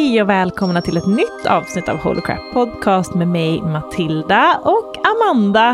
Hej och välkomna till ett nytt avsnitt av Holy Crap Podcast med mig, Matilda och Amanda.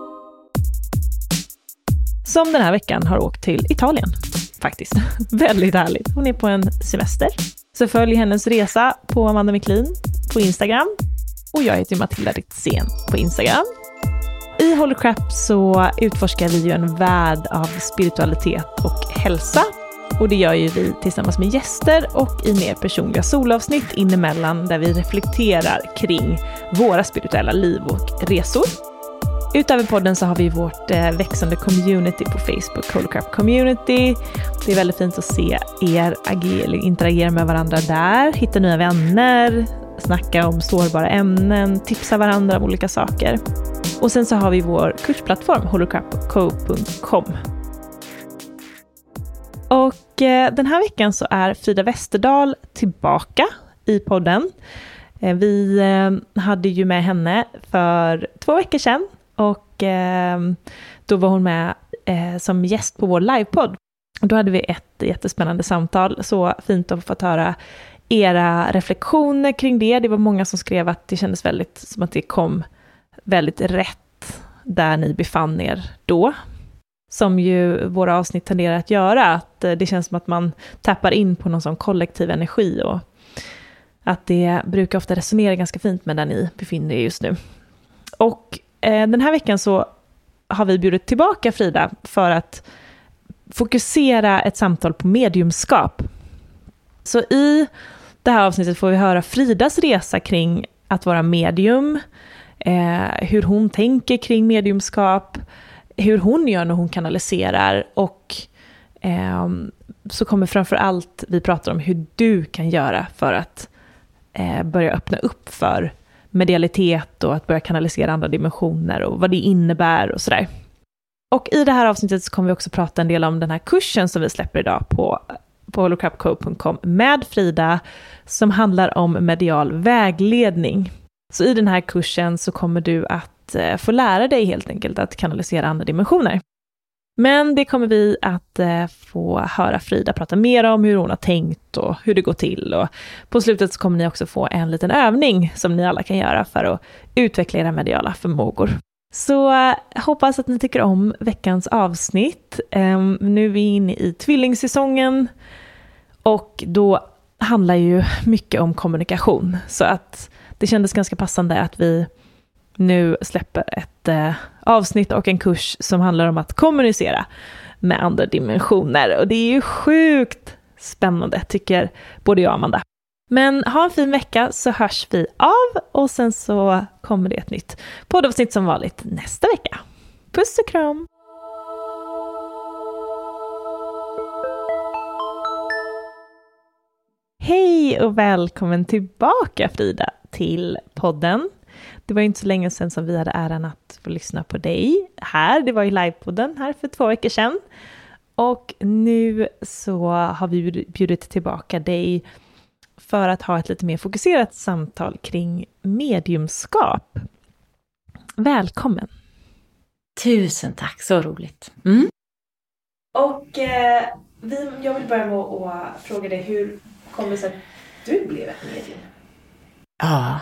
Som den här veckan har åkt till Italien, faktiskt. Väldigt härligt. Hon är på en semester. Så följ hennes resa på Amanda Miklin på Instagram. Och jag heter Matilda Ritzén på Instagram. I Holy Crap så utforskar vi ju en värld av spiritualitet och hälsa. Och det gör ju vi tillsammans med gäster och i mer personliga solavsnitt inemellan där vi reflekterar kring våra spirituella liv och resor. Utöver podden så har vi vårt växande community på Facebook, Holy Crap Community. Det är väldigt fint att se er interagera med varandra där, hitta nya vänner, snacka om sårbara ämnen, tipsa varandra om olika saker. Och sen så har vi vår kursplattform, holycrapco.com. Och den här veckan så är Frida Westerdahl tillbaka i podden. Vi hade ju med henne för 2 veckor sedan och då var hon med som gäst på vår livepodd. Och då hade vi ett jättespännande samtal, så fint att få höra era reflektioner kring det. Det var många som skrev att det kändes väldigt som att det kom väldigt rätt där ni befann er då. Som ju våra avsnitt tenderar att göra. Att det känns som att man tappar in på någon sån kollektiv energi. Och att det brukar ofta resonera ganska fint med där ni befinner er just nu. Och den här veckan så har vi bjudit tillbaka Frida för att fokusera ett samtal på mediumskap. Så i det här avsnittet får vi höra Fridas resa kring att vara medium. Hur hon tänker kring mediumskap. Hur hon gör när hon kanaliserar. Och så kommer framför allt vi pratar om hur du kan göra för att börja öppna upp för medialitet och att börja kanalisera andra dimensioner och vad det innebär och sådär. Och i det här avsnittet så kommer vi också prata en del om den här kursen som vi släpper idag på holycrapco.com med Frida som handlar om medial vägledning. Så i den här kursen så kommer du att få lära dig helt enkelt att kanalisera andra dimensioner. Men det kommer vi att få höra Frida prata mer om hur hon har tänkt och hur det går till. Och på slutet så kommer ni också få en liten övning som ni alla kan göra för att utveckla era mediala förmågor. Så hoppas att ni tycker om veckans avsnitt. Nu är vi inne i tvillingsäsongen och då handlar ju mycket om kommunikation. Så att det kändes ganska passande att vi nu släpper ett avsnitt och en kurs som handlar om att kommunicera med andra dimensioner. Och det är ju sjukt spännande tycker både jag och Amanda. Men ha en fin vecka så hörs vi av och sen så kommer det ett nytt poddavsnitt som vanligt nästa vecka. Puss och kram! Hej och välkommen tillbaka Frida till podden. Det var inte så länge sedan som vi hade äran att få lyssna på dig här. Det var ju livepodden här för 2 veckor sedan. Och nu så har vi bjudit tillbaka dig för att ha ett lite mer fokuserat samtal kring mediumskap. Välkommen! Tusen tack, så roligt. Och jag vill börja med att fråga dig, hur kom det sig att du blev ett medium? Ja.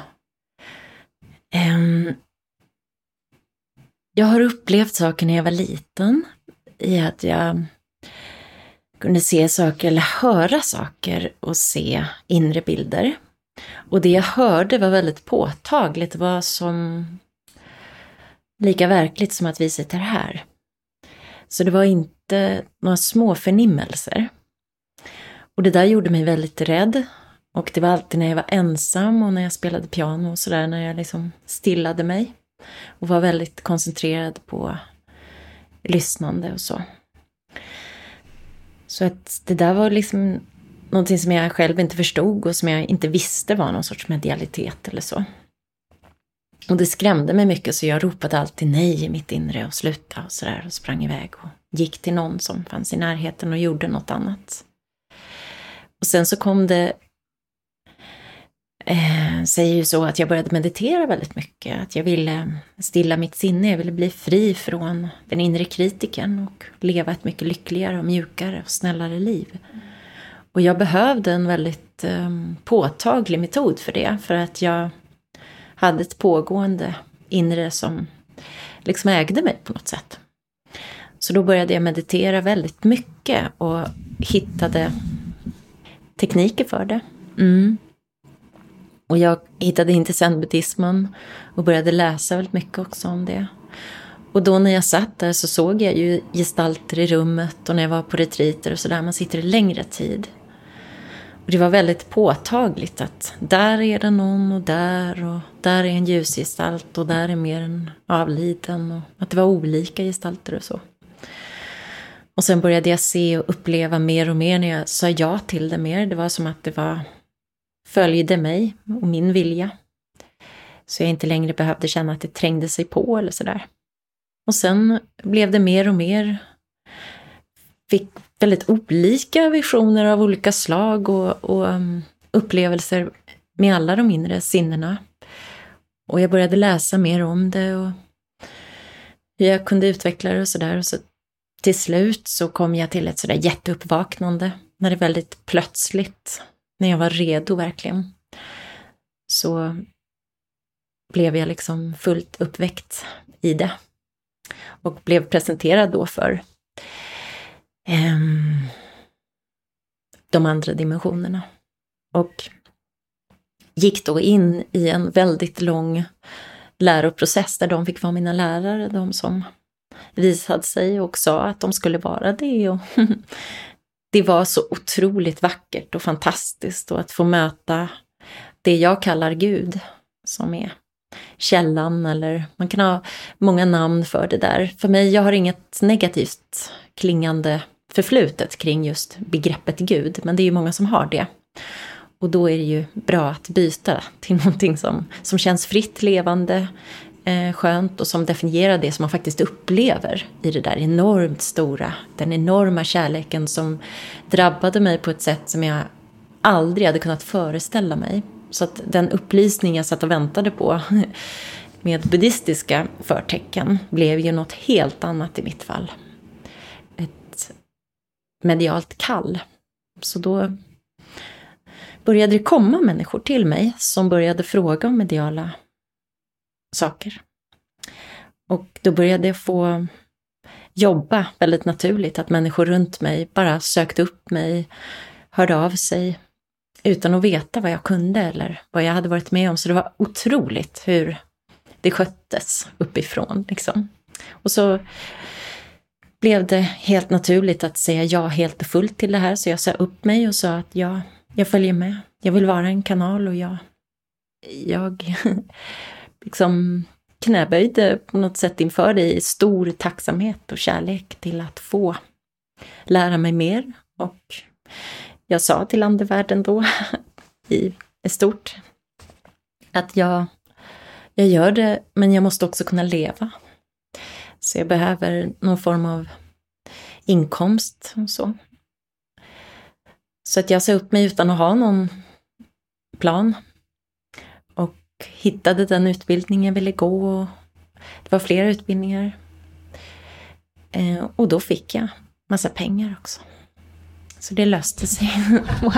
Jag har upplevt saker när jag var liten i att jag kunde se saker eller höra saker och se inre bilder. Och det jag hörde var väldigt påtagligt. Det var som lika verkligt som att vi sitter här. Så det var inte några små förnimmelser. Och det där gjorde mig väldigt rädd. Och det var alltid när jag var ensam och när jag spelade piano och sådär, när jag liksom stillade mig. Och var väldigt koncentrerad på lyssnande och så. Så att det där var liksom någonting som jag själv inte förstod och som jag inte visste var någon sorts medialitet eller så. Och det skrämde mig mycket, så jag ropade alltid nej i mitt inre och slutade och sådär och sprang iväg och gick till någon som fanns i närheten och gjorde något annat. Och sen så kom det, säger ju så att jag började meditera väldigt mycket. Att jag ville stilla mitt sinne, jag ville bli fri från den inre kritiken och leva ett mycket lyckligare och mjukare och snällare liv. Och jag behövde en väldigt påtaglig metod för det. För att jag hade ett pågående inre som liksom ägde mig på något sätt. Så då började jag meditera väldigt mycket och hittade tekniker för det. Och jag hittade in till zen-buddhismen och började läsa väldigt mycket också om det. Och då när jag satt där så såg jag ju gestalter i rummet och när jag var på retreater och sådär, man sitter i längre tid. Och det var väldigt påtagligt att där är det någon och där är en ljusgestalt och där är mer en avliden och att det var olika gestalter och så. Och sen började jag se och uppleva mer och mer när jag sa ja till det mer. Det var som att det följde mig och min vilja. Så jag inte längre behövde känna att det trängde sig på eller sådär. Och sen blev det mer och mer. Fick väldigt olika visioner av olika slag och upplevelser med alla de inre sinnena. Och jag började läsa mer om det och hur jag kunde utveckla det och sådär. Och så till slut så kom jag till ett sådär jätteuppvaknande. När det väldigt plötsligt, när jag var redo verkligen, så blev jag liksom fullt uppväckt i det. Och blev presenterad då för de andra dimensionerna. Och gick då in i en väldigt lång läroprocess där de fick vara mina lärare. De som visade sig och sa att de skulle vara det. Och det var så otroligt vackert och fantastiskt. Och att få möta det jag kallar Gud, som är källan, eller man kan ha många namn för det där. För mig, jag har inget negativt klingande förflutet kring just begreppet Gud, men det är ju många som har det. Och då är det ju bra att byta till någonting som känns fritt, levande, skönt och som definierar det som man faktiskt upplever i det där enormt stora, den enorma kärleken som drabbade mig på ett sätt som jag aldrig hade kunnat föreställa mig. Så att den upplysning jag satt och väntade på med buddhistiska förtecken blev ju något helt annat i mitt fall. Ett medialt kall. Så då började det komma människor till mig som började fråga om mediala saker. Och då började jag få jobba väldigt naturligt. Att människor runt mig bara sökte upp mig, hörde av sig utan att veta vad jag kunde eller vad jag hade varit med om. Så det var otroligt hur det sköttes uppifrån. Liksom. Och så blev det helt naturligt att säga ja helt och fullt till det här. Så jag sa upp mig och sa att jag följer med. Jag vill vara en kanal och jag liksom knäböjde på något sätt inför det i stor tacksamhet och kärlek till att få lära mig mer. Och jag sa till andevärlden då i stort att jag gör det, men jag måste också kunna leva. Så jag behöver någon form av inkomst och så. Så att jag sa upp mig utan att ha någon plan. Och hittade den utbildning jag ville gå. Och det var flera utbildningar. Och då fick jag massa pengar också. Så det löste sig. Wow.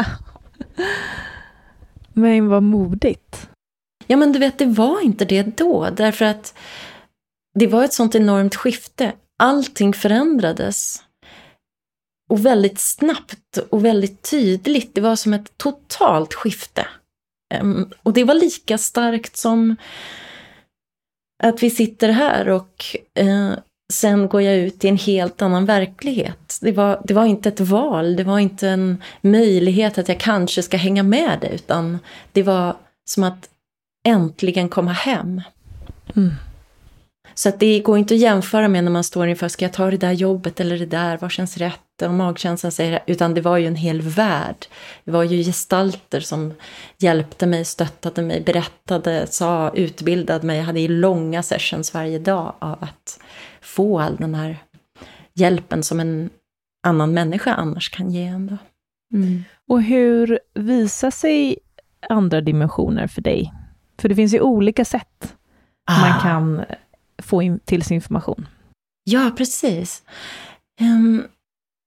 Men vad modigt. Ja, men du vet, det var inte det då. Därför att det var ett sånt enormt skifte. Allting förändrades. Och väldigt snabbt och väldigt tydligt. Det var som ett totalt skifte. Och det var lika starkt som att vi sitter här och sen går jag ut i en helt annan verklighet. Det var inte ett val, det var inte en möjlighet att jag kanske ska hänga med det, utan det var som att äntligen komma hem. Mm. Så att det går inte att jämföra med när man står inför, ska jag ta det där jobbet eller det där, vad känns rätt? Och magkänslan säger det, utan det var ju en hel värld. Det var ju gestalter som hjälpte mig, stöttade mig, berättade, utbildade mig. Jag hade ju långa sessions varje dag av att få all den här hjälpen som en annan människa annars kan ge ändå. Mm. Och hur visar sig andra dimensioner för dig? För det finns ju olika sätt man kan få in till sin information. Ja, precis.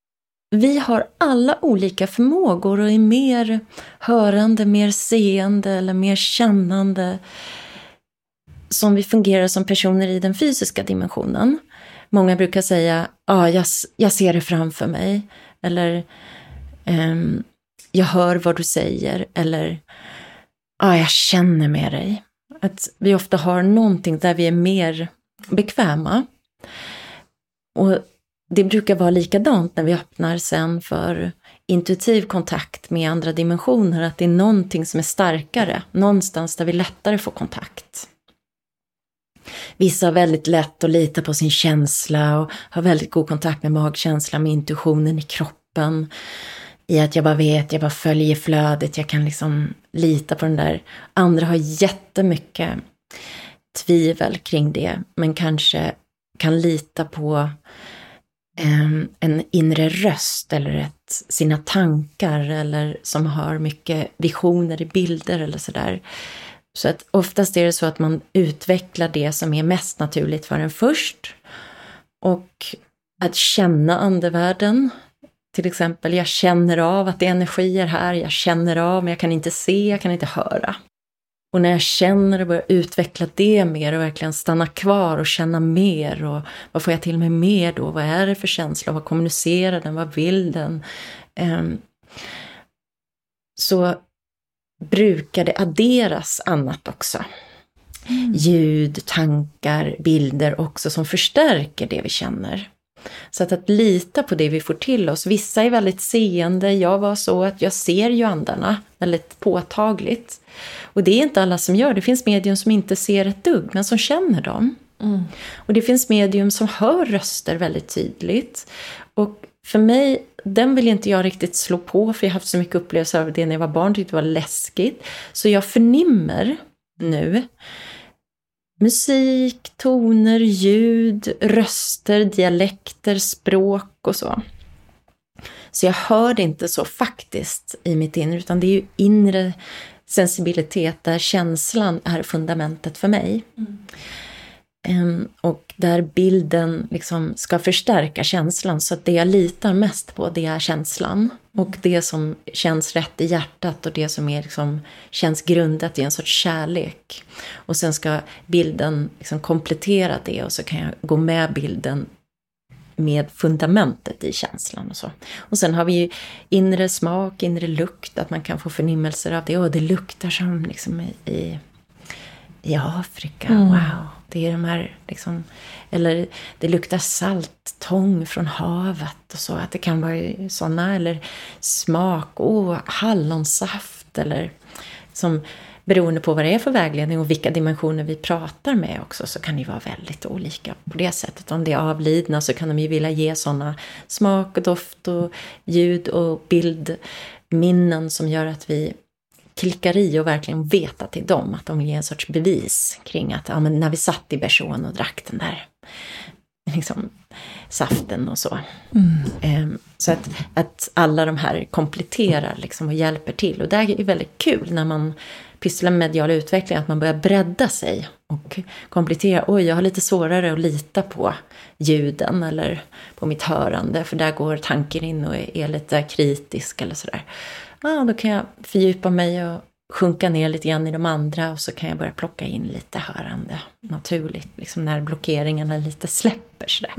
vi har alla olika förmågor och är mer hörande, mer seende eller mer kännande som vi fungerar som personer i den fysiska dimensionen. Många brukar säga, jag ser det framför mig, eller jag hör vad du säger, eller jag känner med dig. Att vi ofta har någonting där vi är mer bekväma. Och det brukar vara likadant när vi öppnar sen för intuitiv kontakt med andra dimensioner, att det är någonting som är starkare, någonstans där vi lättare får kontakt. Vissa har väldigt lätt att lita på sin känsla och har väldigt god kontakt med magkänslan, med intuitionen i kroppen. I att jag bara följer flödet, jag kan liksom lita på den där. Andra har jättemycket tvivel kring det, men kanske kan lita på en inre röst eller sina tankar, eller som har mycket visioner i bilder eller sådär. Så att oftast är det så att man utvecklar det som är mest naturligt för en först. Och att känna andevärlden. Till exempel, jag känner av att det är energier här. Jag känner av, men jag kan inte se, jag kan inte höra. Och när jag känner och börjar utveckla det mer och verkligen stanna kvar och känna mer. Och vad får jag till mig mer då? Vad är det för känsla? Vad kommunicerar den? Vad vill den? Så brukar det adderas annat också. Ljud, tankar, bilder också som förstärker det vi känner. Så att lita på det vi får till oss. Vissa är väldigt seende. Jag var så att jag ser ju andarna väldigt påtagligt. Och det är inte alla som gör. Det finns medium som inte ser ett dugg, men som känner dem. Och det finns medium som hör röster väldigt tydligt. Och för mig, den vill inte jag riktigt slå på, för jag har haft så mycket upplevelser av det när jag var barn, tyckte det var läskigt. Så jag förnimmer nu musik, toner, ljud, röster, dialekter, språk och så. Så jag hör det inte så faktiskt i mitt inre, utan det är ju inre sensibilitet där känslan är fundamentet för mig. Och där bilden liksom ska förstärka känslan, så att det jag litar mest på, det är känslan. Och det som känns rätt i hjärtat och det som är liksom, känns grundat i en sorts kärlek. Och sen ska bilden liksom komplettera det, och så kan jag gå med bilden med fundamentet i känslan och så. Och sen har vi ju inre smak, inre lukt, att man kan få förnimmelser av det. Och det luktar som liksom i Afrika, wow. Det är de här liksom, eller det luktar salt, tång från havet och så, att det kan vara sådana, eller smak, hallonsaft, eller som beroende på vad det är för vägledning och vilka dimensioner vi pratar med också, så kan det vara väldigt olika på det sättet. Om det är avlidna så kan de ju vilja ge sådana smak och doft och ljud och bildminnen som gör att vi klickar i och verkligen veta till dem att de ger en sorts bevis kring att men när vi satt i Bersån och drack den där liksom, saften och så. Så att alla de här kompletterar liksom, och hjälper till. Och det är väldigt kul när man pysslar med medial utveckling, att man börjar bredda sig och komplettera. Jag har lite svårare att lita på ljuden eller på mitt hörande, för där går tanken in och är lite kritisk eller sådär. Då kan jag fördjupa mig och sjunka ner lite grann i de andra, och så kan jag börja plocka in lite hörande naturligt, liksom när blockeringarna lite släpper sådär.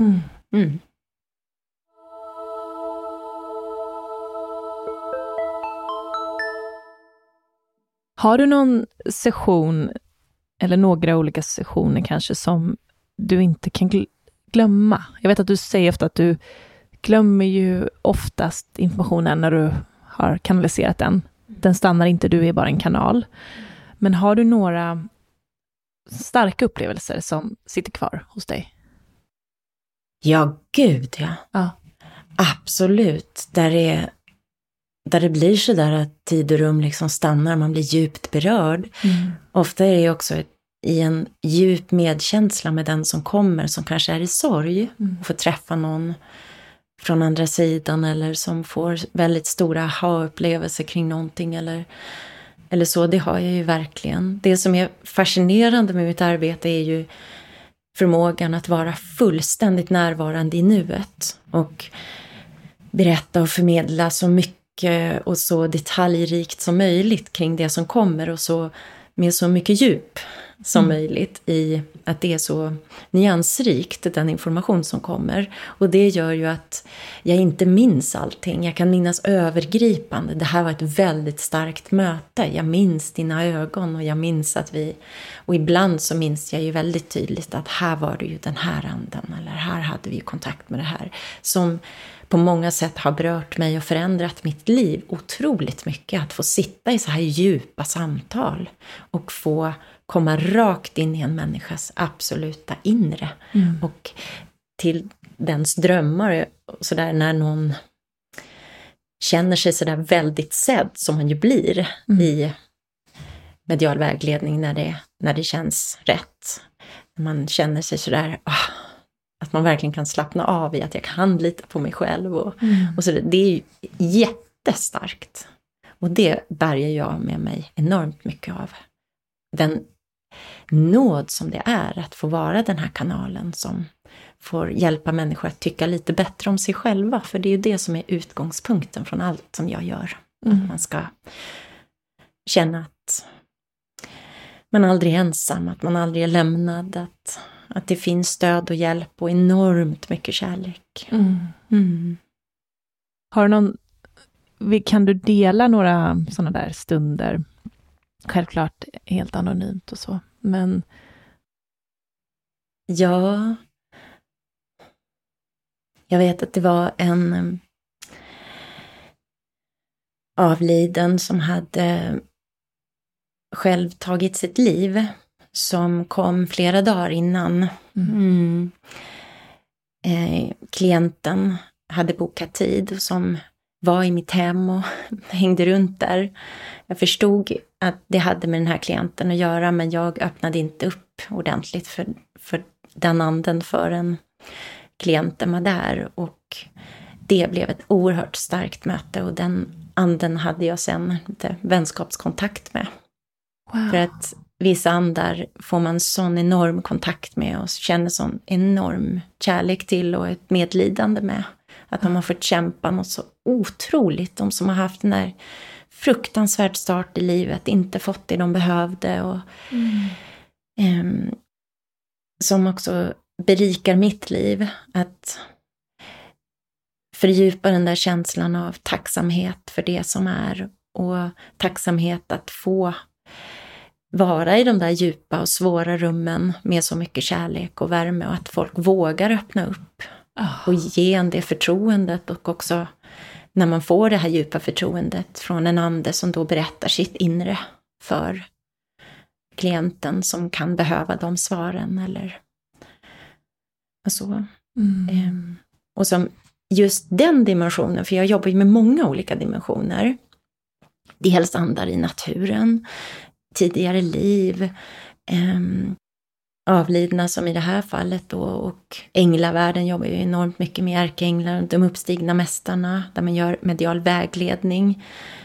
Har du någon session eller några olika sessioner kanske som du inte kan glömma? Jag vet att du säger ofta att du glömmer ju oftast informationen när du har kanaliserat den. Den stannar inte, du är bara en kanal. Men har du några starka upplevelser som sitter kvar hos dig? Ja, gud ja. Absolut. Där det blir så där att tid och rum liksom stannar, man blir djupt berörd. Ofta är det också i en djup medkänsla med den som kommer, som kanske är i sorg. Och får träffa någon från andra sidan, eller som får väldigt stora aha-upplevelser kring någonting eller så. Det har jag ju verkligen. Det som är fascinerande med mitt arbete är ju förmågan att vara fullständigt närvarande i nuet. Och berätta och förmedla så mycket och så detaljrikt som möjligt kring det som kommer och så med så mycket djup som möjligt i att det är så nyansrikt, den information som kommer. Och det gör ju att jag inte minns allting. Jag kan minnas övergripande. Det här var ett väldigt starkt möte. Jag minns dina ögon och jag minns att och ibland så minns jag ju väldigt tydligt att här var det ju den här anden, eller här hade vi kontakt med det här, som på många sätt har berört mig och förändrat mitt liv otroligt mycket. Att få sitta i så här djupa samtal och få komma rakt in i en människas absoluta inre. Och till dens drömmar, så där när någon känner sig så där väldigt sedd, som man ju blir i medial vägledning när det känns rätt. När man känner sig så där att man verkligen kan slappna av i att jag kan lita på mig själv. Och så det är ju jättestarkt. Och det bärgar jag med mig enormt mycket av. Den nåd som det är att få vara den här kanalen som får hjälpa människor att tycka lite bättre om sig själva. För det är ju det som är utgångspunkten från allt som jag gör. Att man ska känna att man aldrig är ensam, att man aldrig är lämnad, att det finns stöd och hjälp och enormt mycket kärlek. Har du kan du dela några sådana där stunder? Självklart helt anonymt och så, men... Ja, jag vet att det var en avliden som hade själv tagit sitt liv, som kom flera dagar innan. Klienten hade bokat tid och som var i mitt hem och hängde runt där. Jag förstod att det hade med den här klienten att göra, men jag öppnade inte upp ordentligt för den anden förrän klienten var där. Och det blev ett oerhört starkt möte, och den anden hade jag sen lite vänskapskontakt med. Wow. För att vissa andar får man sån enorm kontakt med och känner sån enorm kärlek till och ett medlidande med. Att de har fått kämpa något så otroligt. De som har haft den där fruktansvärd start i livet, inte fått det de behövde. Och, som också berikar mitt liv. Att fördjupa den där känslan av tacksamhet för det som är. Och tacksamhet att få vara i de där djupa och svåra rummen med så mycket kärlek och värme. Och att folk vågar öppna upp. Och ge en det förtroendet, och också när man får det här djupa förtroendet från en ande som då berättar sitt inre för klienten som kan behöva de svaren eller så. Och som just den dimensionen, för jag jobbar ju med många olika dimensioner. Dels andar i naturen, tidigare liv, avlidna som i det här fallet då, och änglavärlden jobbar ju enormt mycket med ärkeänglar, de uppstigna mästarna där man gör medial vägledning.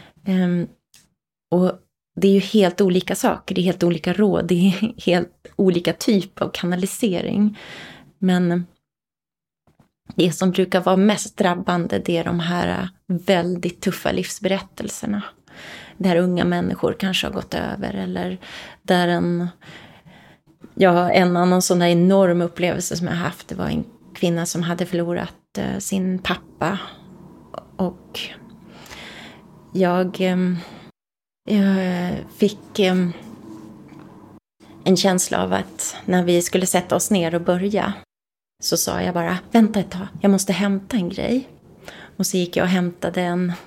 Och det är ju helt olika saker, det är helt olika råd, det är helt olika typ av kanalisering. Men det som brukar vara mest drabbande, det är de här väldigt tuffa livsberättelserna. Där unga människor kanske har gått över, eller där en annan sån där enorm upplevelse som jag haft, det var en kvinna som hade förlorat sin pappa. Och jag fick en känsla av att när vi skulle sätta oss ner och börja, så sa jag bara, vänta ett tag, jag måste hämta en grej. Och så gick jag och hämtade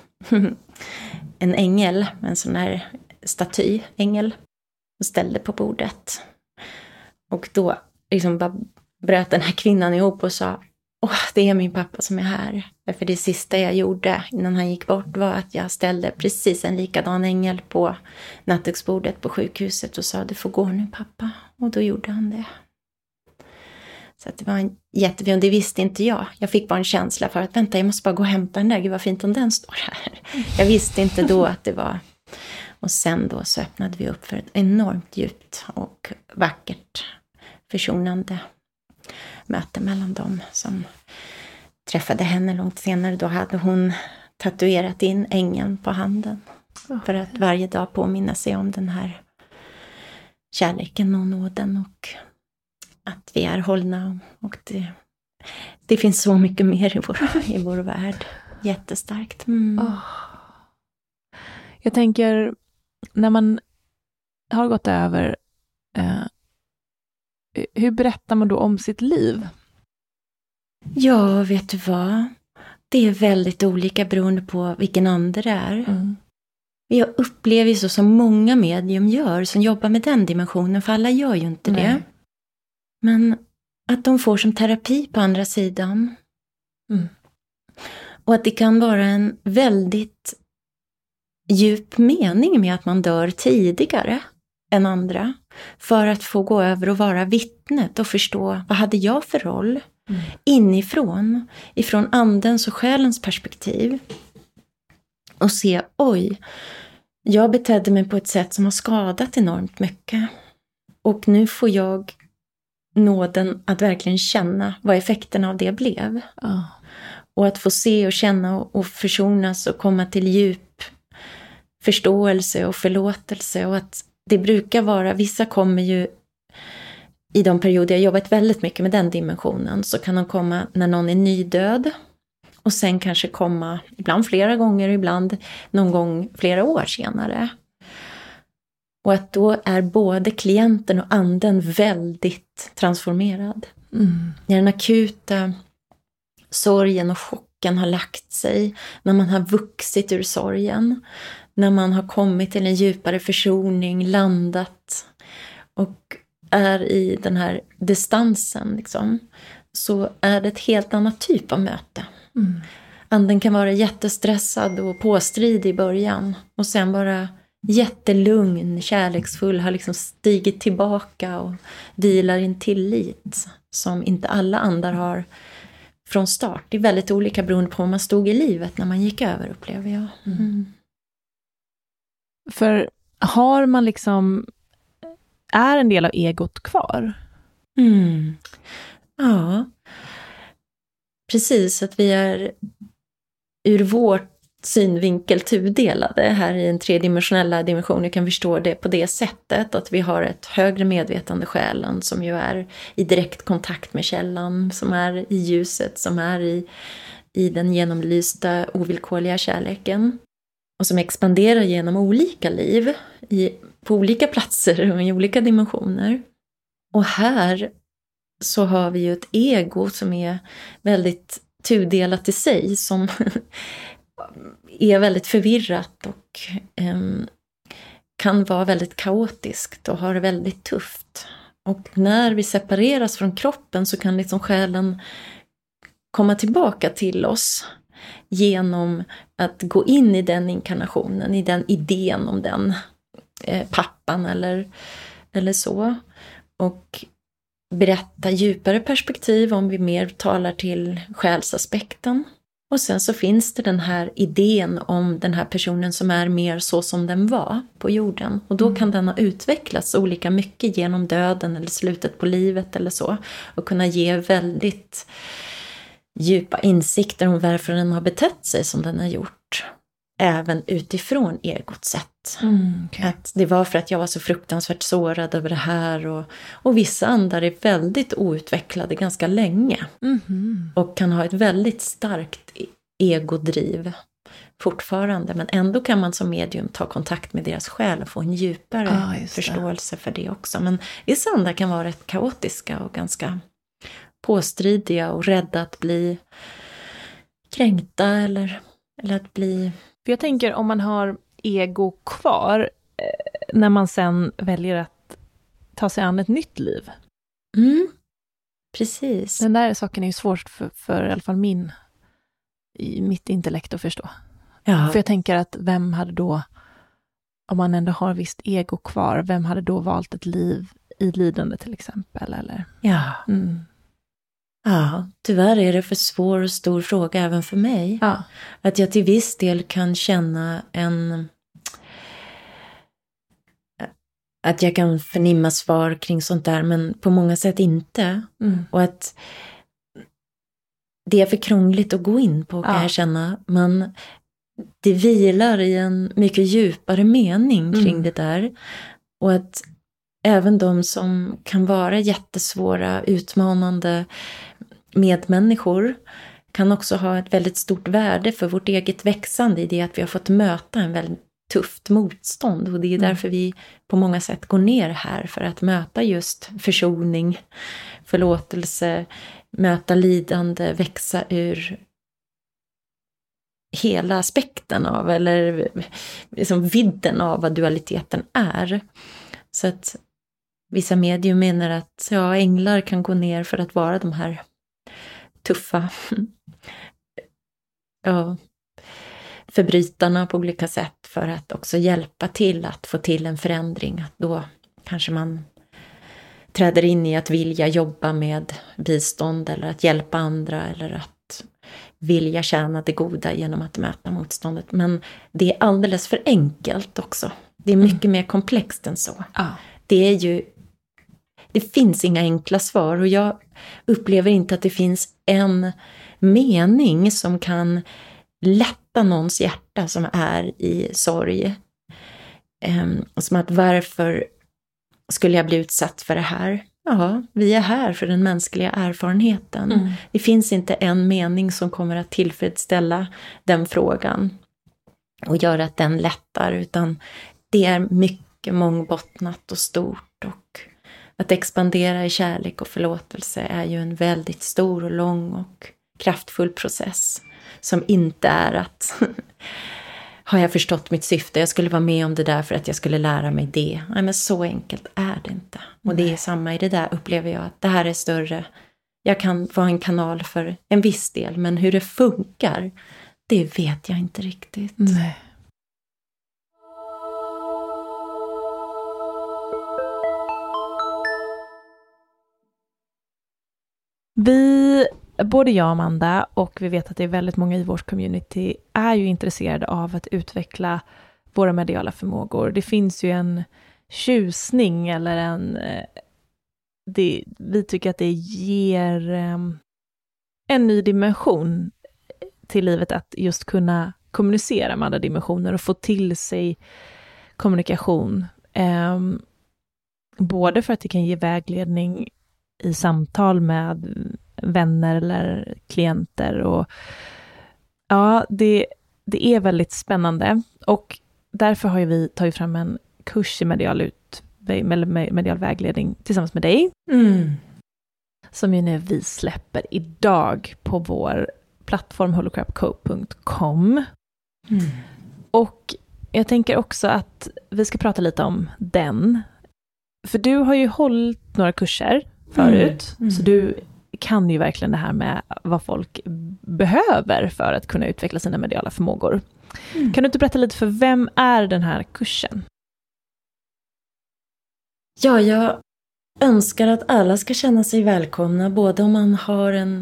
en ängel, en sån här statyängel, och ställde på bordet. Och då liksom bara bröt den här kvinnan ihop och sa, det är min pappa som är här. För det sista jag gjorde innan han gick bort var att jag ställde precis en likadan ängel på nattduksbordet på sjukhuset och sa, du får gå nu pappa. Och då gjorde han det. Så att det var en jättefin, det visste inte jag. Jag fick bara en känsla för att vänta, jag måste bara gå och hämta den där. Gud vad fint om den står här. Jag visste inte då att det var. Och sen då så öppnade vi upp för ett enormt djupt och vackert försonande möte mellan dem som träffade henne långt senare, då hade hon tatuerat in ängeln på handen. För att varje dag påminna sig om den här kärleken och nåden och att vi är hållna. Och det finns så mycket mer i vår värld. Jättestarkt. Jag tänker, när man har gått över, hur berättar man då om sitt liv? Ja, vet du vad? Det är väldigt olika beroende på vilken ande det är. Jag upplever så som många medium gör som jobbar med den dimensionen, för alla gör ju inte det. Men att de får som terapi på andra sidan. Och att det kan vara en väldigt djup mening med att man dör tidigare än andra. För att få gå över och vara vittnet och förstå, vad hade jag för roll? Inifrån, ifrån andens och själens perspektiv. Och se, oj, jag betedde mig på ett sätt som har skadat enormt mycket. Och nu får jag nåden att verkligen känna vad effekterna av det blev. Och att få se och känna och försonas och komma till djup förståelse och förlåtelse. Och att det brukar vara, vissa kommer ju i de perioder jag jobbat väldigt mycket med den dimensionen, så kan de komma när någon är nydöd. Och sen kanske komma ibland flera gånger, ibland någon gång flera år senare. Och att då är både klienten och anden väldigt transformerad. När den akuta sorgen och chocken har lagt sig. När man har vuxit ur sorgen. När man har kommit till en djupare försoning, landat. Och är i den här distansen liksom. Så är det ett helt annat typ av möte. Anden kan vara jättestressad och påstridig i början. Och sen vara jättelugn, kärleksfull, har liksom stigit tillbaka och vilar i en tillit som inte alla andar har från start. Det är väldigt olika beroende på hur man stod i livet när man gick över, upplever jag. För har man liksom, är en del av egot kvar? Ja, precis, att vi är ur vårt synvinkel tudelade här i en tredimensionella dimension. Jag kan förstå det på det sättet att vi har ett högre medvetande, själen, som ju är i direkt kontakt med källan, som är i ljuset, som är i den genomlysta ovillkorliga kärleken och som expanderar genom olika liv på olika platser och i olika dimensioner. Och här så har vi ju ett ego som är väldigt tudelat i sig, som är väldigt förvirrat och kan vara väldigt kaotiskt och har det väldigt tufft. Och när vi separeras från kroppen så kan liksom själen komma tillbaka till oss genom att gå in i den inkarnationen, i den idén om den pappan eller så. Och berätta djupare perspektiv om vi mer talar till själsaspekten. Och sen så finns det den här idén om den här personen som är mer så som den var på jorden. Och då kan den ha utvecklats olika mycket genom döden eller slutet på livet eller så. Och kunna ge väldigt djupa insikter om varför den har betett sig som den har gjort. Även utifrån egots sätt. Att det var för att jag var så fruktansvärt sårad över det här. Och vissa andar är väldigt outvecklade ganska länge. Och kan ha ett väldigt starkt egodriv fortfarande. Men ändå kan man som medium ta kontakt med deras själ och få en djupare förståelse för det också. Men vissa andar kan vara rätt kaotiska och ganska påstridiga och rädda att bli kränkta eller att bli... För jag tänker, om man har ego kvar när man sen väljer att ta sig an ett nytt liv. Precis. Den där saken är ju svårt för i alla fall mitt intellekt att förstå. Ja. För jag tänker att vem hade då, om man ändå har visst ego kvar, vem hade då valt ett liv i lidande till exempel? Eller? Ja. Ja, tyvärr är det för svår och stor fråga även för mig. Ja. Att jag till viss del kan känna att jag kan förnimma svar kring sånt där, men på många sätt inte. Och att det är för krångligt att gå in på, kan jag känna. Men det vilar i en mycket djupare mening kring det där. Och att även de som kan vara jättesvåra, utmanande medmänniskor kan också ha ett väldigt stort värde för vårt eget växande i det att vi har fått möta en väldigt tufft motstånd. Och det är därför vi på många sätt går ner här, för att möta just försoning, förlåtelse, möta lidande, växa ur hela aspekten av, eller liksom vidden av vad dualiteten är. Så att vissa medium menar att änglar kan gå ner för att vara de här tuffa förbrytarna på olika sätt, för att också hjälpa till att få till en förändring. Att då kanske man träder in i att vilja jobba med bistånd eller att hjälpa andra, eller att vilja tjäna det goda genom att möta motståndet. Men det är alldeles för enkelt också. Det är mycket mer komplext än så. Det finns inga enkla svar, och jag upplever inte att det finns en mening som kan lätta någons hjärta som är i sorg. Som att varför skulle jag bli utsatt för det här? Ja, vi är här för den mänskliga erfarenheten. Det finns inte en mening som kommer att tillfredsställa den frågan och göra att den lättar, utan det är mycket mångbottnat och stort, och att expandera i kärlek och förlåtelse är ju en väldigt stor och lång och kraftfull process som inte är att har jag förstått mitt syfte, jag skulle vara med om det där för att jag skulle lära mig det. Nej, men så enkelt är det inte. Och det är samma i det där, upplever jag, att det här är större. Jag kan vara en kanal för en viss del, men hur det funkar, det vet jag inte riktigt. Nej. Både jag och Amanda, och vi vet att det är väldigt många i vårt community, är ju intresserade av att utveckla våra mediala förmågor. Det finns ju en tjusning, eller vi tycker att det ger en ny dimension till livet, att just kunna kommunicera med andra dimensioner och få till sig kommunikation. Både för att det kan ge vägledning i samtal med vänner eller klienter, och det är väldigt spännande, och därför har ju vi tagit fram en kurs i medial vägledning tillsammans med dig, som ju nu vi släpper idag på vår plattform holocrapco.com. Och jag tänker också att vi ska prata lite om den, för du har ju hållit några kurser förut, så du kan ju verkligen det här med vad folk behöver för att kunna utveckla sina mediala förmågor. Kan du inte berätta lite, för vem är den här kursen? Ja, jag önskar att alla ska känna sig välkomna, både om man har en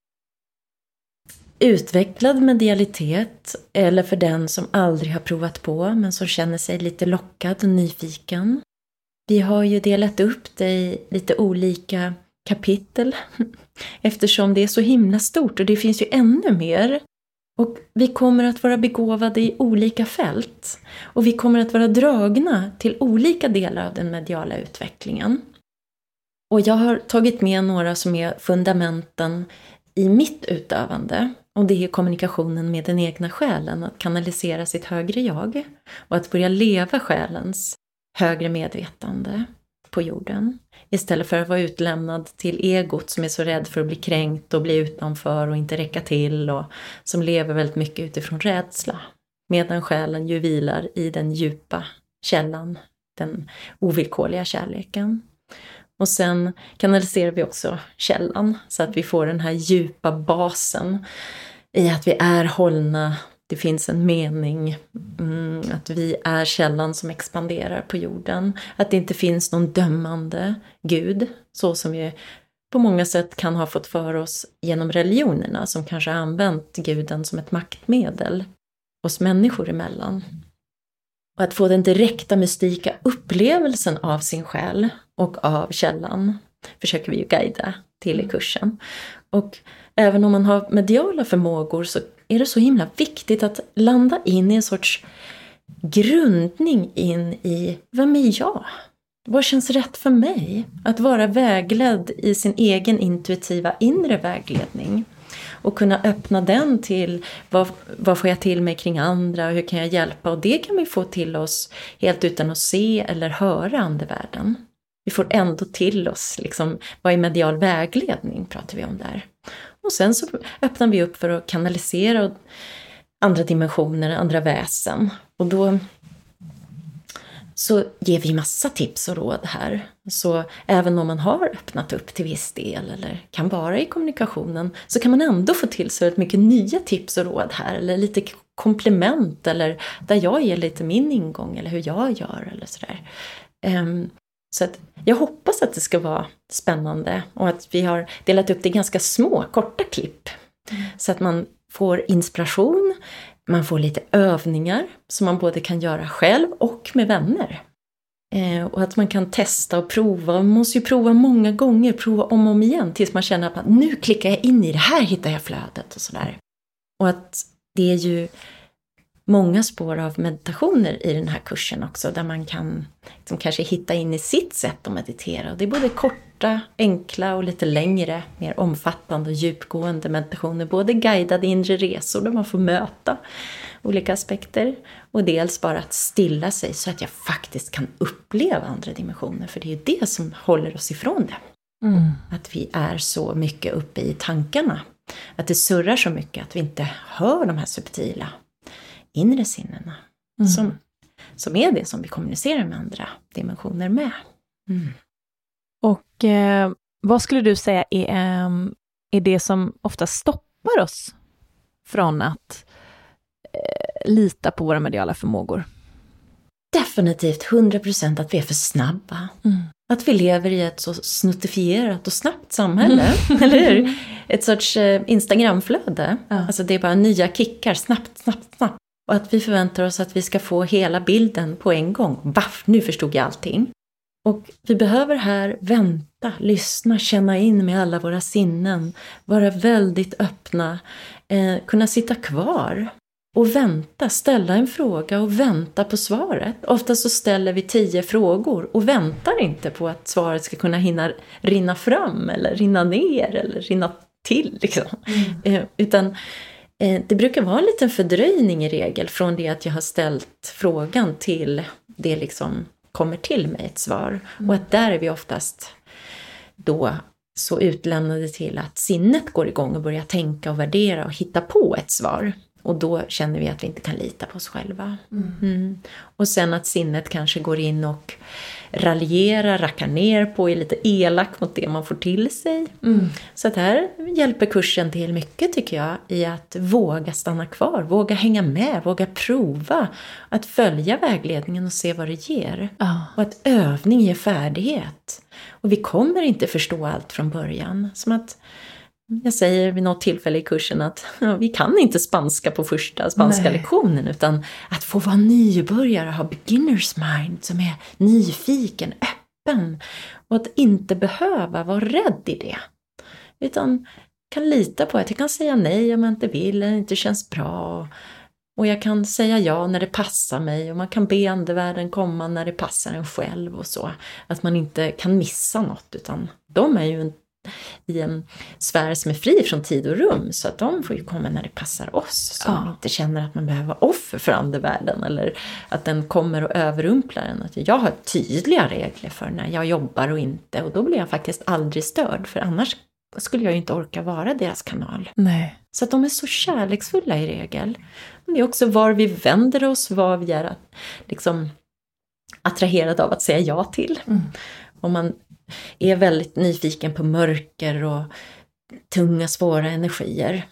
utvecklad medialitet, eller för den som aldrig har provat på men som känner sig lite lockad och nyfiken. Vi har ju delat upp det i lite olika kapitel eftersom det är så himla stort, och det finns ju ännu mer. Och vi kommer att vara begåvade i olika fält, och vi kommer att vara dragna till olika delar av den mediala utvecklingen. Och jag har tagit med några som är fundamenten i mitt utövande, och det är kommunikationen med den egna själen, att kanalisera sitt högre jag och att börja leva själens högre medvetande på jorden, istället för att vara utlämnad till egot som är så rädd för att bli kränkt och bli utanför och inte räcka till, och som lever väldigt mycket utifrån rädsla, medan själen ju vilar i den djupa källan, den ovillkorliga kärleken. Och sen kanaliserar vi också källan, så att vi får den här djupa basen i att vi är hållna. Det finns en mening, att vi är källan som expanderar på jorden. Att det inte finns någon dömande Gud, så som vi på många sätt kan ha fått för oss genom religionerna, som kanske har använt guden som ett maktmedel oss människor emellan. Och att få den direkta mystika upplevelsen av sin själ och av källan försöker vi ju guida till i kursen. Och även om man har mediala förmågor så är det så himla viktigt att landa in i en sorts grundning in i vem är jag? Vad känns rätt för mig? Att vara vägledd i sin egen intuitiva inre vägledning. Och kunna öppna den till vad får jag till mig kring andra och hur kan jag hjälpa. Och det kan vi få till oss helt utan att se eller höra andevärlden. Vi får ändå till oss, liksom, vad är medial vägledning pratar vi om där. Och sen så öppnar vi upp för att kanalisera andra dimensioner, andra väsen. Och då så ger vi massa tips och råd här. Så även om man har öppnat upp till viss del eller kan vara i kommunikationen så kan man ändå få till sig mycket nya tips och råd här. Eller lite komplement eller där jag ger lite min ingång eller hur jag gör eller sådär. Så att jag hoppas att det ska vara spännande och att vi har delat upp det i ganska små, korta klipp. Så att man får inspiration, man får lite övningar som man både kan göra själv och med vänner. Och att man kan testa och prova. Man måste ju prova många gånger, prova om och om igen tills man känner att nu klickar jag in i det här, hittar jag flödet och sådär. Och att det är ju många spår av meditationer i den här kursen också där man kan liksom kanske hitta in i sitt sätt att meditera. Och det är både korta, enkla och lite längre, mer omfattande och djupgående meditationer. Både guidade inre resor där man får möta olika aspekter och dels bara att stilla sig så att jag faktiskt kan uppleva andra dimensioner. För det är ju det som håller oss ifrån det. Att vi är så mycket uppe i tankarna. Att det surrar så mycket att vi inte hör de här subtila inre sinnena. Som är det som vi kommunicerar med andra dimensioner med. Och vad skulle du säga är det som ofta stoppar oss från att lita på våra mediala förmågor? Definitivt 100% att vi är för snabba. Att vi lever i ett så snuttifierat och snabbt samhälle. Eller hur? Ett sorts Instagramflöde. Alltså det är bara nya kickar, snabbt. Och att vi förväntar oss att vi ska få hela bilden på en gång. Baff, nu förstod jag allting. Och vi behöver här vänta, lyssna, känna in med alla våra sinnen. Vara väldigt öppna. Kunna sitta kvar. Och vänta, ställa en fråga och vänta på svaret. Ofta så ställer vi 10 frågor och väntar inte på att svaret ska kunna hinna rinna fram. Eller rinna ner eller rinna till. Liksom. Utan det brukar vara en liten fördröjning i regel från det att jag har ställt frågan till det liksom kommer till mig ett svar. Och att där är vi oftast då så utlämnade till att sinnet går igång och börjar tänka och värdera och hitta på ett svar. Och då känner vi att vi inte kan lita på oss själva. Och sen att sinnet kanske går in och raljerar, rackar ner på, är lite elak mot det man får till sig. Så att här hjälper kursen till mycket tycker jag i att våga stanna kvar, våga hänga med, våga prova. Att följa vägledningen och se vad det ger. Och att övning ger färdighet. Och vi kommer inte förstå allt från början. Som att jag säger vid något tillfälle i kursen att vi kan inte spanska på första spanska lektionen utan att få vara nybörjare, ha beginners mind som är nyfiken, öppen och att inte behöva vara rädd i det utan kan lita på att jag kan säga nej om jag inte vill eller inte känns bra och jag kan säga ja när det passar mig och man kan be andevärlden komma när det passar en själv och så att man inte kan missa något utan de är ju i en sfär som är fri från tid och rum så att de får ju komma när det passar oss så man inte känner att man behöver vara offer för andevärlden eller att den kommer och överrumplar en. Att jag har tydliga regler för när jag jobbar och inte och då blir jag faktiskt aldrig störd för annars skulle jag ju inte orka vara deras kanal. Nej. Så att de är så kärleksfulla i regel. Men det är också var vi vänder oss, vad vi är liksom attraherade av att säga ja till. Om man är väldigt nyfiken på mörker och tunga svåra energier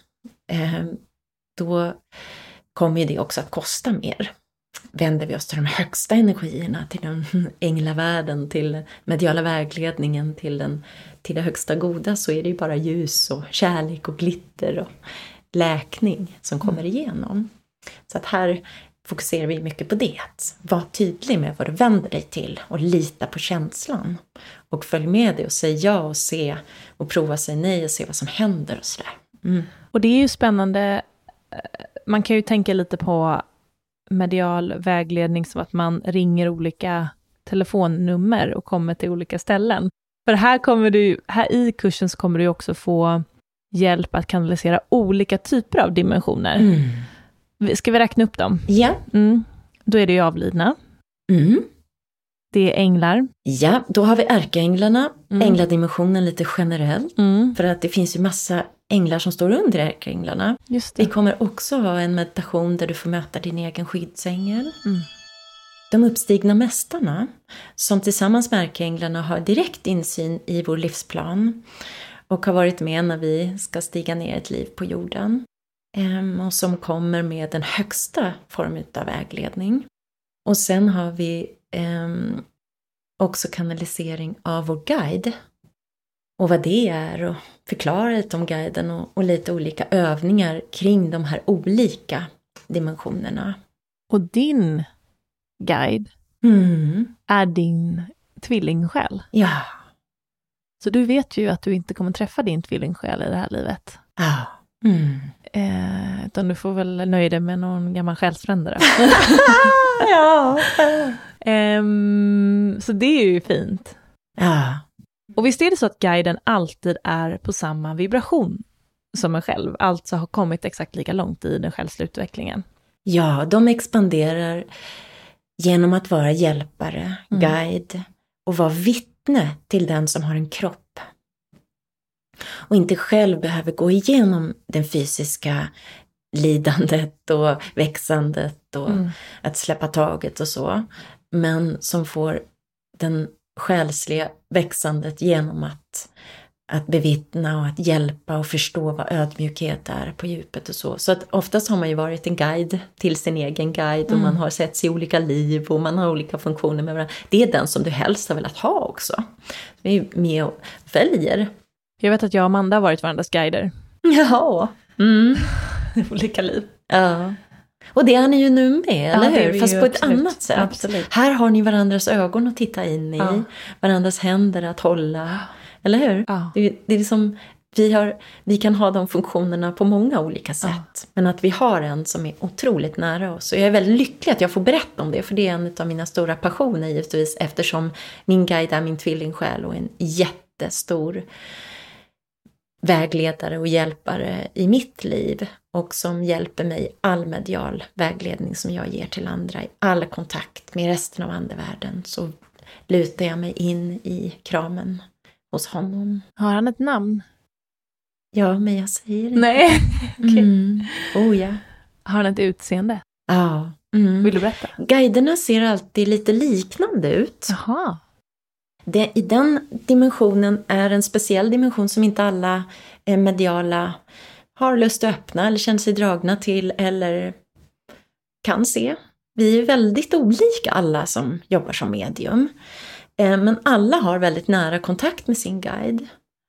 då kommer det också att kosta mer. Vänder vi oss till de högsta energierna, till den änglavärlden, till mediala vägledningen, till det högsta goda så är det ju bara ljus och kärlek och glitter och läkning som kommer igenom. Så att här fokuserar vi mycket på det. Var tydlig med vad du vänder dig till och lita på känslan. Och följ med dig och säg ja och se och prova säga nej och se vad som händer och sådär. Och det är ju spännande. Man kan ju tänka lite på medial vägledning som att man ringer olika telefonnummer och kommer till olika ställen. För här i kursen så kommer du också få hjälp att kanalisera olika typer av dimensioner. Ska vi räkna upp dem? Ja. Då är det ju avlidna. Det är änglar. Ja, då har vi ärkeänglarna. Ängladimensionen lite generellt. För att det finns ju massa änglar som står under ärkeänglarna. Just det. Vi kommer också ha en meditation där du får möta din egen skyddsängel. De uppstigna mästarna som tillsammans med ärkeänglarna har direkt insyn i vår livsplan och har varit med när vi ska stiga ner ett liv på jorden. Och som kommer med den högsta formen av vägledning. Och sen har vi också kanalisering av vår guide. Och vad det är och förklara lite om guiden och lite olika övningar kring de här olika dimensionerna. Och din guide är din tvillingsjäl. Ja. Så du vet ju att du inte kommer träffa din tvillingsjäl i det här livet. Ja. Utan du får väl nöja dig med någon gammal själsfrände. Ja. Så det är ju fint. Ja. Och visst är det så att guiden alltid är på samma vibration som en själv. Alltså har kommit exakt lika långt i den själsliga utvecklingen. Ja, de expanderar genom att vara hjälpare, guide och vara vittne till den som har en kropp. Och inte själv behöver gå igenom den fysiska lidandet och växandet och att släppa taget och så. Men som får den själsliga växandet genom att bevittna och att hjälpa och förstå vad ödmjukhet är på djupet och så. Så att oftast har man ju varit en guide till sin egen guide och man har sett sig i olika liv och man har olika funktioner med varandra. Det är den som du helst har velat ha också. Vi är med och följer. Jag vet att jag och Amanda har varit varandras guider. Ja. Olika liv. Ja. Och det är ni ju nu med, eller hur? Fast på ett annat sätt. Absolut. Här har ni varandras ögon att titta in i. Varandras händer att hålla. Eller hur? Ja. Det är liksom, vi kan ha de funktionerna på många olika sätt. Ja. Men att vi har en som är otroligt nära oss. Och jag är väldigt lycklig att jag får berätta om det. För det är en av mina stora passioner givetvis. Eftersom min guide är min tvillingsjäl och en jättestor vägledare och hjälpare i mitt liv. Och som hjälper mig i all medial vägledning som jag ger till andra. I all kontakt med resten av andevärlden så lutar jag mig in i kramen hos honom. Har han ett namn? Ja, men jag säger inte. Nej. Oh ja. Har han ett utseende? Ja. Vill du berätta? Guiderna ser alltid lite liknande ut. Jaha. I den dimensionen är en speciell dimension som inte alla mediala har lust att öppna eller känner sig dragna till eller kan se. Vi är väldigt olika alla som jobbar som medium. Men alla har väldigt nära kontakt med sin guide.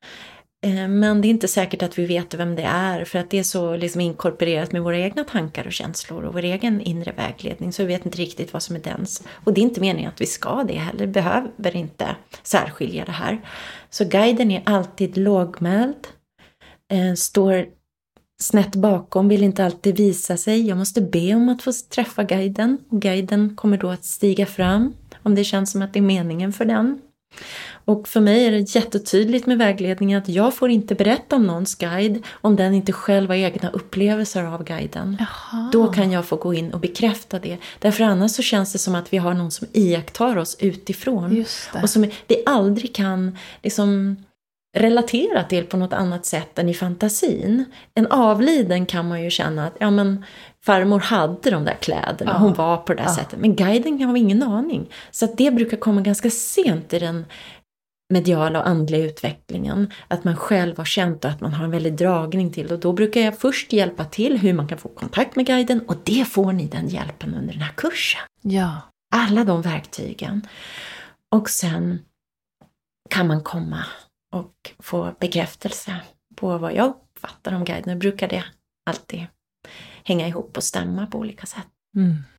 Men det är inte säkert att vi vet vem det är för att det är så liksom inkorporerat med våra egna tankar och känslor och vår egen inre vägledning så vi vet inte riktigt vad som är dens. Och det är inte meningen att vi ska det heller, behöver inte särskilja det här. Så guiden är alltid lågmäld, står snett bakom, vill inte alltid visa sig. Jag måste be om att få träffa guiden och guiden kommer då att stiga fram om det känns som att det är meningen för den. Och för mig är det jättetydligt med vägledningen att jag får inte berätta om någons guide om den inte själv har egna upplevelser av guiden. Jaha. Då kan jag få gå in och bekräfta det. Därför annars så känns det som att vi har någon som iakttar oss utifrån. Just det. Och som vi aldrig kan liksom relatera till på något annat sätt än i fantasin. En avliden kan man ju känna att ja men farmor hade de där kläderna, hon var på det där sättet. Men guiden har vi ingen aning. Så att det brukar komma ganska sent i den mediala och andliga utvecklingen. Att man själv har känt att man har en väldig dragning till. Och då brukar jag först hjälpa till hur man kan få kontakt med guiden. Och det får ni den hjälpen under den här kursen. Ja. Alla de verktygen. Och sen kan man komma och få bekräftelse på vad jag uppfattar om guiden. Nu brukar det alltid hänga ihop och stämma på olika sätt.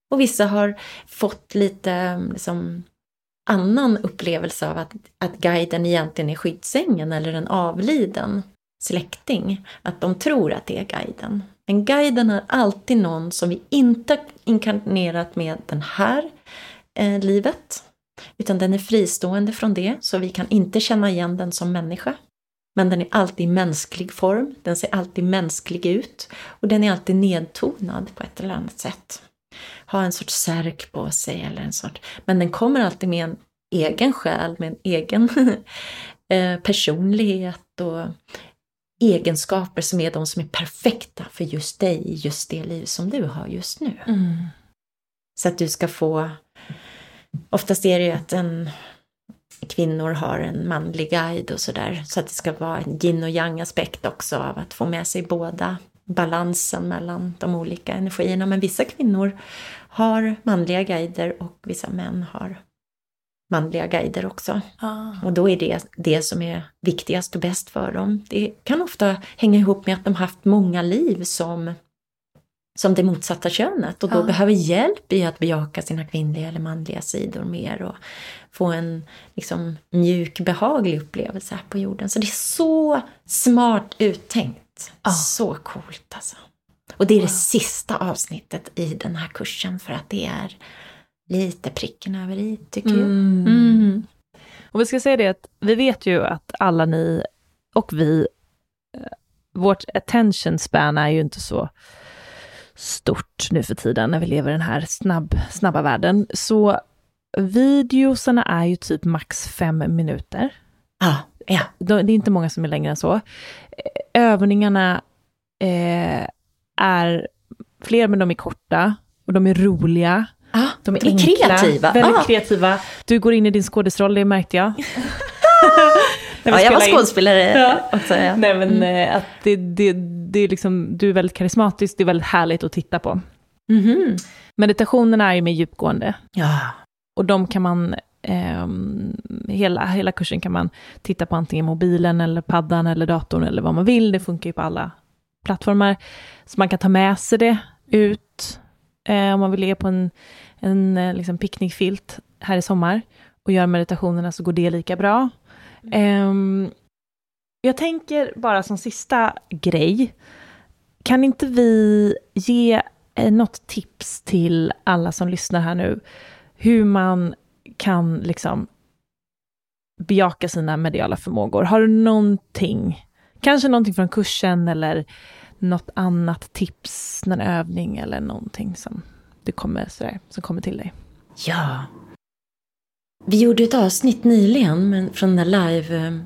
Och vissa har fått lite liksom, annan upplevelse av att guiden egentligen är skyddsängeln eller en avliden släkting. Att de tror att det är guiden. Men guiden är alltid någon som vi inte inkarnerat med den här livet. Utan den är fristående från det, så vi kan inte känna igen den som människa. Men den är alltid i mänsklig form, den ser alltid mänsklig ut. Och den är alltid nedtonad på ett eller annat sätt. Ha en sorts särk på sig eller en sort. Men den kommer alltid med en egen själ, med en egen personlighet och egenskaper som är de som är perfekta för just dig, just det liv som du har just nu. Så att du ska få, oftast är det ju att kvinnor har en manlig guide och sådär, så att det ska vara en yin och yang aspekt också av att få med sig båda, balansen mellan de olika energierna. Men vissa kvinnor har manliga guider och vissa män har manliga guider också. Och då är det som är viktigast och bäst för dem. Det kan ofta hänga ihop med att de haft många liv som det motsatta könet och då behöver hjälp i att bejaka sina kvinnliga eller manliga sidor mer och få en liksom mjuk, behaglig upplevelse här på jorden. Så det är så smart uttänkt. Så coolt alltså. Och det är det sista avsnittet i den här kursen för att det är lite pricken över i, tycker jag. Och vi ska säga det att vi vet ju att alla ni och vi, vårt attention span är ju inte så stort nu för tiden när vi lever i den här snabba världen. Så videosarna är ju typ max 5 minuter. Ja. Det är inte många som är längre än så. Övningarna är fler, men de är korta och de är roliga. De är enkla, kreativa. Väldigt kreativa. Du går in i din skådesroll, det märkte jag. Jag var skådespelare också. Ja. Nej, men att det är liksom, du är väldigt karismatisk, det är väldigt härligt att titta på. Meditationerna är ju mer djupgående. Ja. Och de kan man, hela kursen kan man titta på antingen mobilen eller paddan eller datorn eller vad man vill. Det funkar ju på alla plattformar. Så man kan ta med sig det ut om man vill ligga på en liksom picknickfilt här i sommar och göra meditationerna, så går det lika bra. Jag tänker bara som sista grej, kan inte vi ge något tips till alla som lyssnar här nu, hur man kan liksom bejaka sina mediala förmågor? Har du någonting, kanske någonting från kursen eller något annat tips, någon övning eller någonting som kommer till dig? Ja. Vi gjorde ett avsnitt nyligen från den live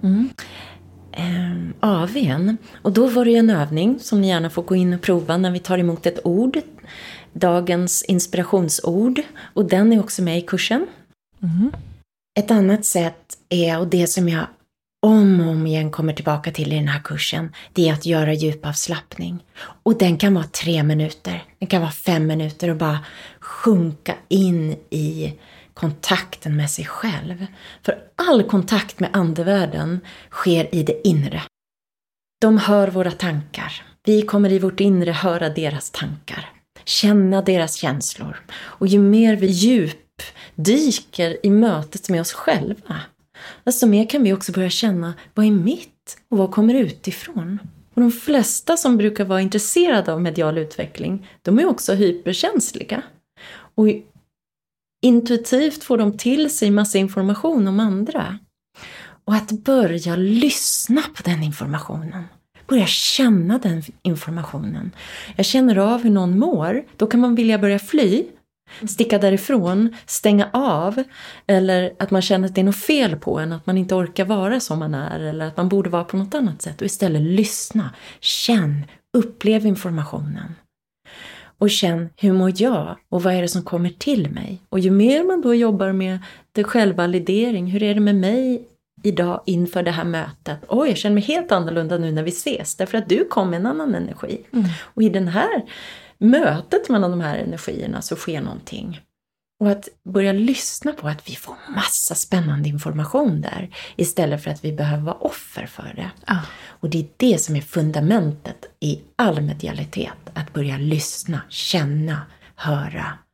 AW:n. Och då var det en övning som ni gärna får gå in och prova när vi tar emot ett ord. Dagens inspirationsord. Och den är också med i kursen. Ett annat sätt är, och det som jag om och om igen kommer tillbaka till i den här kursen, det är att göra djupavslappning. Och den kan vara 3 minuter, den kan vara 5 minuter och bara sjunka in i kontakten med sig själv. För all kontakt med andevärlden sker i det inre. De hör våra tankar. Vi kommer i vårt inre höra deras tankar. Känna deras känslor. Och ju mer vi djupdyker i mötet med oss själva, desto mer kan vi också börja känna, vad är mitt och vad kommer utifrån? Och de flesta som brukar vara intresserade av medial utveckling, de är också hyperkänsliga. Och intuitivt får de till sig massa information om andra. Och att börja lyssna på den informationen. Börja känna den informationen. Jag känner av hur någon mår. Då kan man vilja börja fly. Sticka därifrån. Stänga av. Eller att man känner att det är något fel på en. Att man inte orkar vara som man är. Eller att man borde vara på något annat sätt. Och istället lyssna. Känn. Upplev informationen. Och känn, hur mår jag? Och vad är det som kommer till mig? Och ju mer man då jobbar med det självvalidering. Hur är det med mig idag inför det här mötet? Jag känner mig helt annorlunda nu när vi ses. Därför att du kom med en annan energi. Och i den här mötet mellan de här energierna så sker någonting. Och att börja lyssna på att vi får massa spännande information där. Istället för att vi behöver vara offer för det. Och det är det som är fundamentet i all medialitet. Att börja lyssna, känna, höra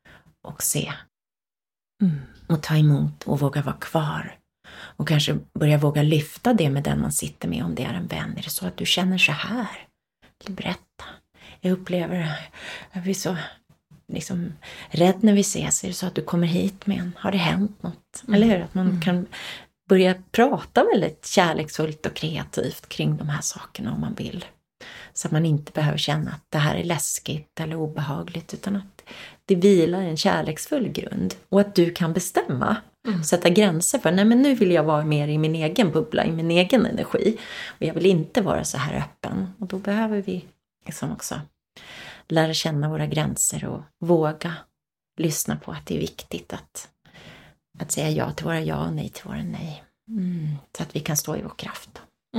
och se. Och ta emot och våga vara kvar. Och kanske börja våga lyfta det med den man sitter med, om det är en vän. Är det så att du känner så här? Berätta. Jag upplever, jag blir så liksom rädd när vi ses. Är det så att du kommer hit med en? Har det hänt något? Eller hur? Att man kan börja prata väldigt kärleksfullt och kreativt kring de här sakerna om man vill. Så att man inte behöver känna att det här är läskigt eller obehagligt, utan att det vilar en kärleksfull grund. Och att du kan bestämma, sätta gränser för, nej men nu vill jag vara mer i min egen bubbla, i min egen energi. Och jag vill inte vara så här öppen. Och då behöver vi liksom också lära känna våra gränser och våga lyssna på att det är viktigt att säga ja till våra ja och nej till våra nej. Så att vi kan stå i vår kraft.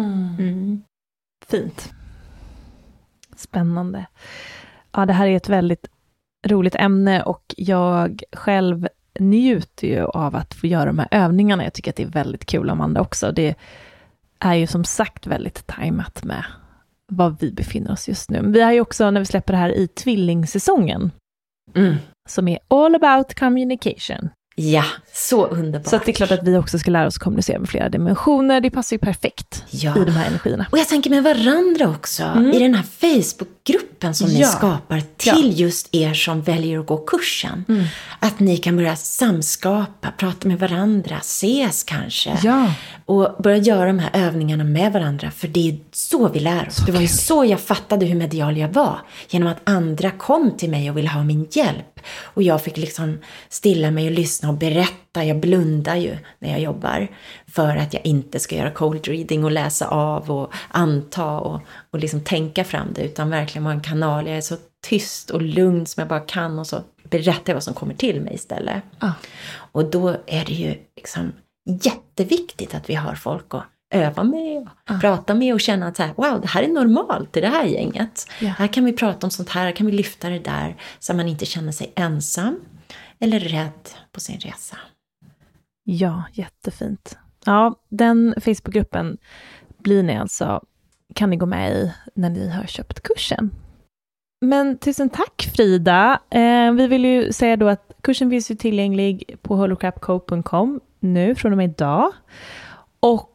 Fint. Spännande. Ja, det här är ett väldigt roligt ämne och jag själv njuter ju av att få göra de här övningarna. Jag tycker att det är väldigt kul, Amanda, också. Det är ju som sagt väldigt tajmat med var vi befinner oss just nu. Vi har ju också, när vi släpper det här i tvillingsäsongen, som är all about communication. Ja, så underbart. Så att det är klart att vi också ska lära oss kommunicera med flera dimensioner. Det passar ju perfekt i de här energierna. Och jag tänker med varandra också. I den här Facebookgruppen som ni skapar till just er som väljer att gå kursen. Att ni kan börja samskapa, prata med varandra, ses kanske. Ja. Och börja göra de här övningarna med varandra. För det är så vi lär oss. Det var ju så jag fattade hur medial jag var. Genom att andra kom till mig och ville ha min hjälp. Och jag fick liksom stilla mig och lyssna och berätta. Jag blundar ju när jag jobbar. För att jag inte ska göra cold reading och läsa av och anta och liksom tänka fram det. Utan verkligen vara en kanal. Jag är så tyst och lugn som jag bara kan. Och så berättar jag vad som kommer till mig istället. Och då är det ju liksom jätteviktigt att vi har folk att öva med och prata med och känna att så här, wow, det här är normalt i det här gänget. Här kan vi prata om sånt här kan vi lyfta det där så att man inte känner sig ensam eller rädd på sin resa. Ja, jättefint. Ja, den Facebookgruppen blir ni alltså, kan ni gå med i när ni har köpt kursen. Men tusen tack, Frida. Vi vill ju säga då att kursen finns ju tillgänglig på holocrapco.com nu från och med idag. Och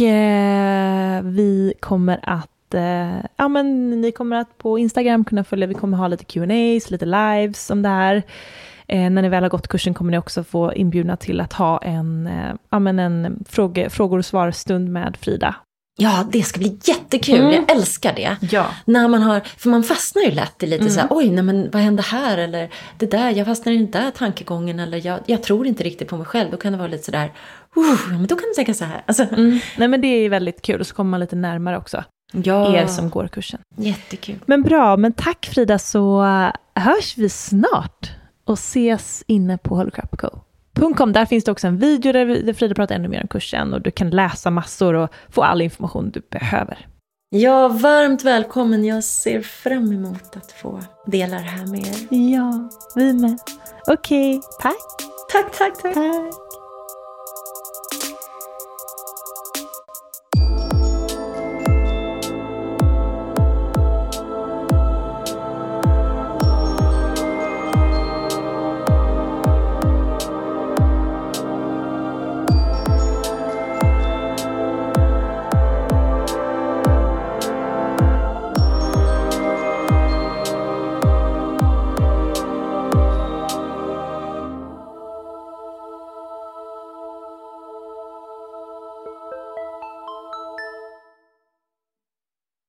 vi kommer att ni kommer att på Instagram kunna följa, vi kommer ha lite Q&As, lite lives om det här. När ni väl har gått kursen kommer ni också få inbjudna till att ha en frågor och svarstund med Frida. Ja, det ska bli jättekul. Jag älskar det. Ja. När man har, för man fastnar ju lätt i lite så här, oj, nej, men vad hände här? Eller det där, jag fastnar i den där tankegången. Eller jag tror inte riktigt på mig själv. Då kan det vara lite sådär, men då kan du tänka så här. Alltså. Nej, men det är väldigt kul. Och så kommer man lite närmare också. Ja. Er som går kursen. Jättekul. Men bra, men tack Frida, så hörs vi snart. Och ses inne på holocrapco.com. Där finns det också en video där Frida pratar ännu mer om kursen. Och du kan läsa massor och få all information du behöver. Ja, varmt välkommen. Jag ser fram emot att få dela det här med er. Ja, vi med. Okej, tack. Tack.